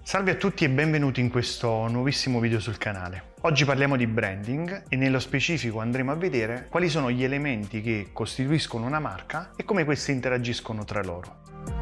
Salve a tutti e benvenuti in questo nuovissimo video sul canale. Oggi parliamo di branding e nello specifico andremo a vedere quali sono gli elementi che costituiscono una marca e come questi interagiscono tra loro.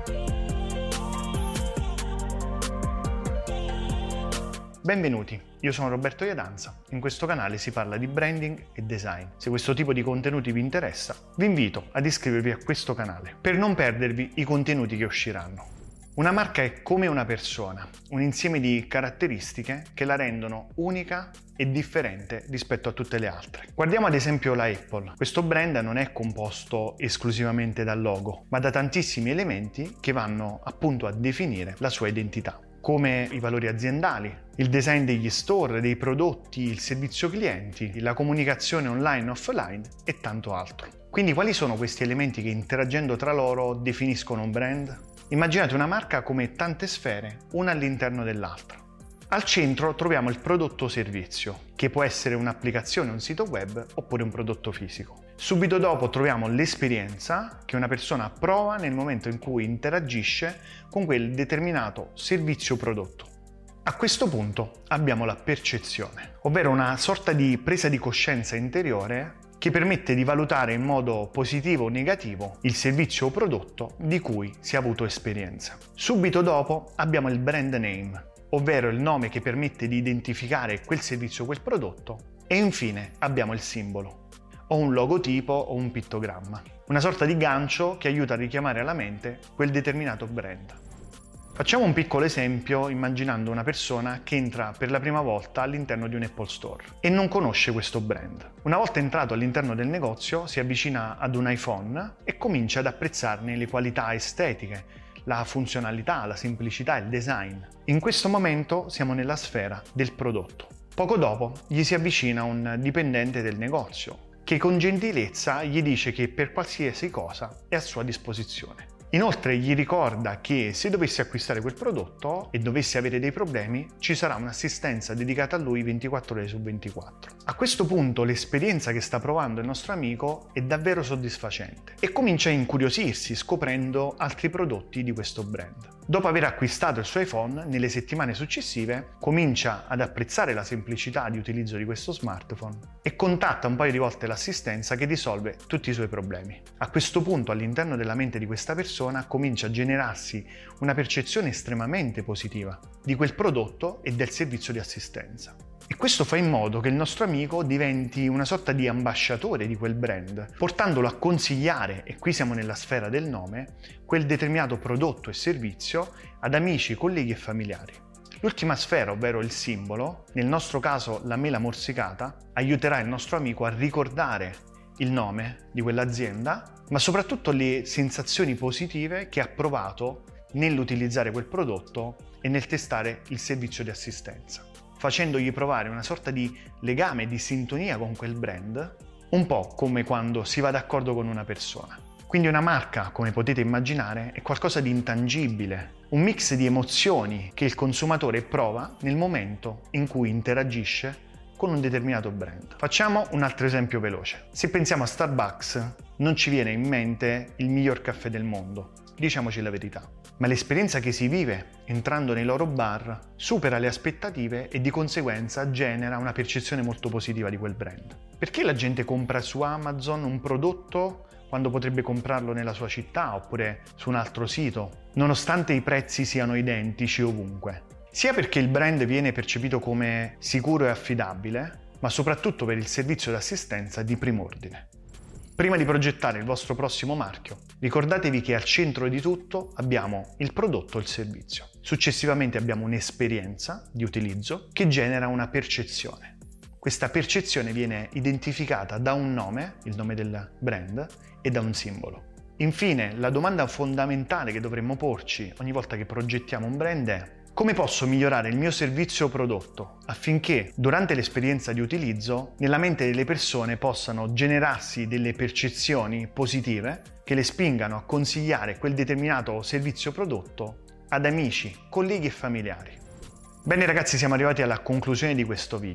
Benvenuti, io sono Roberto Iadanza, in questo canale si parla di branding e design. Se questo tipo di contenuti vi interessa, vi invito ad iscrivervi a questo canale per non perdervi i contenuti che usciranno. Una marca è come una persona, un insieme di caratteristiche che la rendono unica e differente rispetto a tutte le altre. Guardiamo ad esempio la Apple. Questo brand non è composto esclusivamente dal logo, ma da tantissimi elementi che vanno appunto a definire la sua identità, come i valori aziendali, il design degli store, dei prodotti, il servizio clienti, la comunicazione online e offline e tanto altro. Quindi quali sono questi elementi che interagendo tra loro definiscono un brand? Immaginate una marca come tante sfere, una all'interno dell'altra. Al centro troviamo il prodotto o servizio, che può essere un'applicazione, un sito web oppure un prodotto fisico. Subito dopo troviamo l'esperienza che una persona prova nel momento in cui interagisce con quel determinato servizio o prodotto. A questo punto abbiamo la percezione, ovvero una sorta di presa di coscienza interiore che permette di valutare in modo positivo o negativo il servizio o prodotto di cui si è avuto esperienza. Subito dopo abbiamo il brand name, ovvero il nome che permette di identificare quel servizio o quel prodotto, e infine abbiamo il simbolo, o un logotipo o un pittogramma, una sorta di gancio che aiuta a richiamare alla mente quel determinato brand. Facciamo un piccolo esempio immaginando una persona che entra per la prima volta all'interno di un Apple Store e non conosce questo brand. Una volta entrato all'interno del negozio si avvicina ad un iPhone e comincia ad apprezzarne le qualità estetiche, la funzionalità, la semplicità, il design. In questo momento siamo nella sfera del prodotto. Poco dopo gli si avvicina un dipendente del negozio che con gentilezza gli dice che per qualsiasi cosa è a sua disposizione. Inoltre gli ricorda che se dovesse acquistare quel prodotto e dovesse avere dei problemi, ci sarà un'assistenza dedicata a lui 24 ore su 24. A questo punto l'esperienza che sta provando il nostro amico è davvero soddisfacente e comincia a incuriosirsi scoprendo altri prodotti di questo brand. Dopo aver acquistato il suo iPhone, nelle settimane successive comincia ad apprezzare la semplicità di utilizzo di questo smartphone e contatta un paio di volte l'assistenza che risolve tutti i suoi problemi. A questo punto all'interno della mente di questa persona comincia a generarsi una percezione estremamente positiva di quel prodotto e del servizio di assistenza. E questo fa in modo che il nostro amico diventi una sorta di ambasciatore di quel brand, portandolo a consigliare, e qui siamo nella sfera del nome, quel determinato prodotto e servizio ad amici, colleghi e familiari. L'ultima sfera, ovvero il simbolo, nel nostro caso la mela morsicata, aiuterà il nostro amico a ricordare il nome di quell'azienda, ma soprattutto le sensazioni positive che ha provato nell'utilizzare quel prodotto e nel testare il servizio di assistenza, facendogli provare una sorta di legame, di sintonia con quel brand, un po' come quando si va d'accordo con una persona. Quindi una marca, come potete immaginare, è qualcosa di intangibile, un mix di emozioni che il consumatore prova nel momento in cui interagisce con un determinato brand. Facciamo un altro esempio veloce. Se pensiamo a Starbucks, non ci viene in mente il miglior caffè del mondo, diciamoci la verità. Ma l'esperienza che si vive entrando nei loro bar supera le aspettative e di conseguenza genera una percezione molto positiva di quel brand. Perché la gente compra su Amazon un prodotto quando potrebbe comprarlo nella sua città oppure su un altro sito, nonostante i prezzi siano identici ovunque? Sia perché il brand viene percepito come sicuro e affidabile, ma soprattutto per il servizio di assistenza di primo ordine. Prima di progettare il vostro prossimo marchio, ricordatevi che al centro di tutto abbiamo il prodotto o il servizio. Successivamente abbiamo un'esperienza di utilizzo che genera una percezione. Questa percezione viene identificata da un nome, il nome del brand, e da un simbolo. Infine, la domanda fondamentale che dovremmo porci ogni volta che progettiamo un brand è: come posso migliorare il mio servizio o prodotto affinché durante l'esperienza di utilizzo nella mente delle persone possano generarsi delle percezioni positive che le spingano a consigliare quel determinato servizio o prodotto ad amici, colleghi e familiari. Bene ragazzi, siamo arrivati alla conclusione di questo video.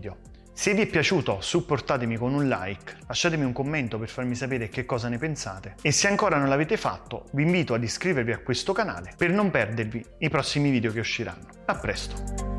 Se vi è piaciuto, supportatemi con un like, lasciatemi un commento per farmi sapere che cosa ne pensate e se ancora non l'avete fatto, vi invito ad iscrivervi a questo canale per non perdervi i prossimi video che usciranno. A presto!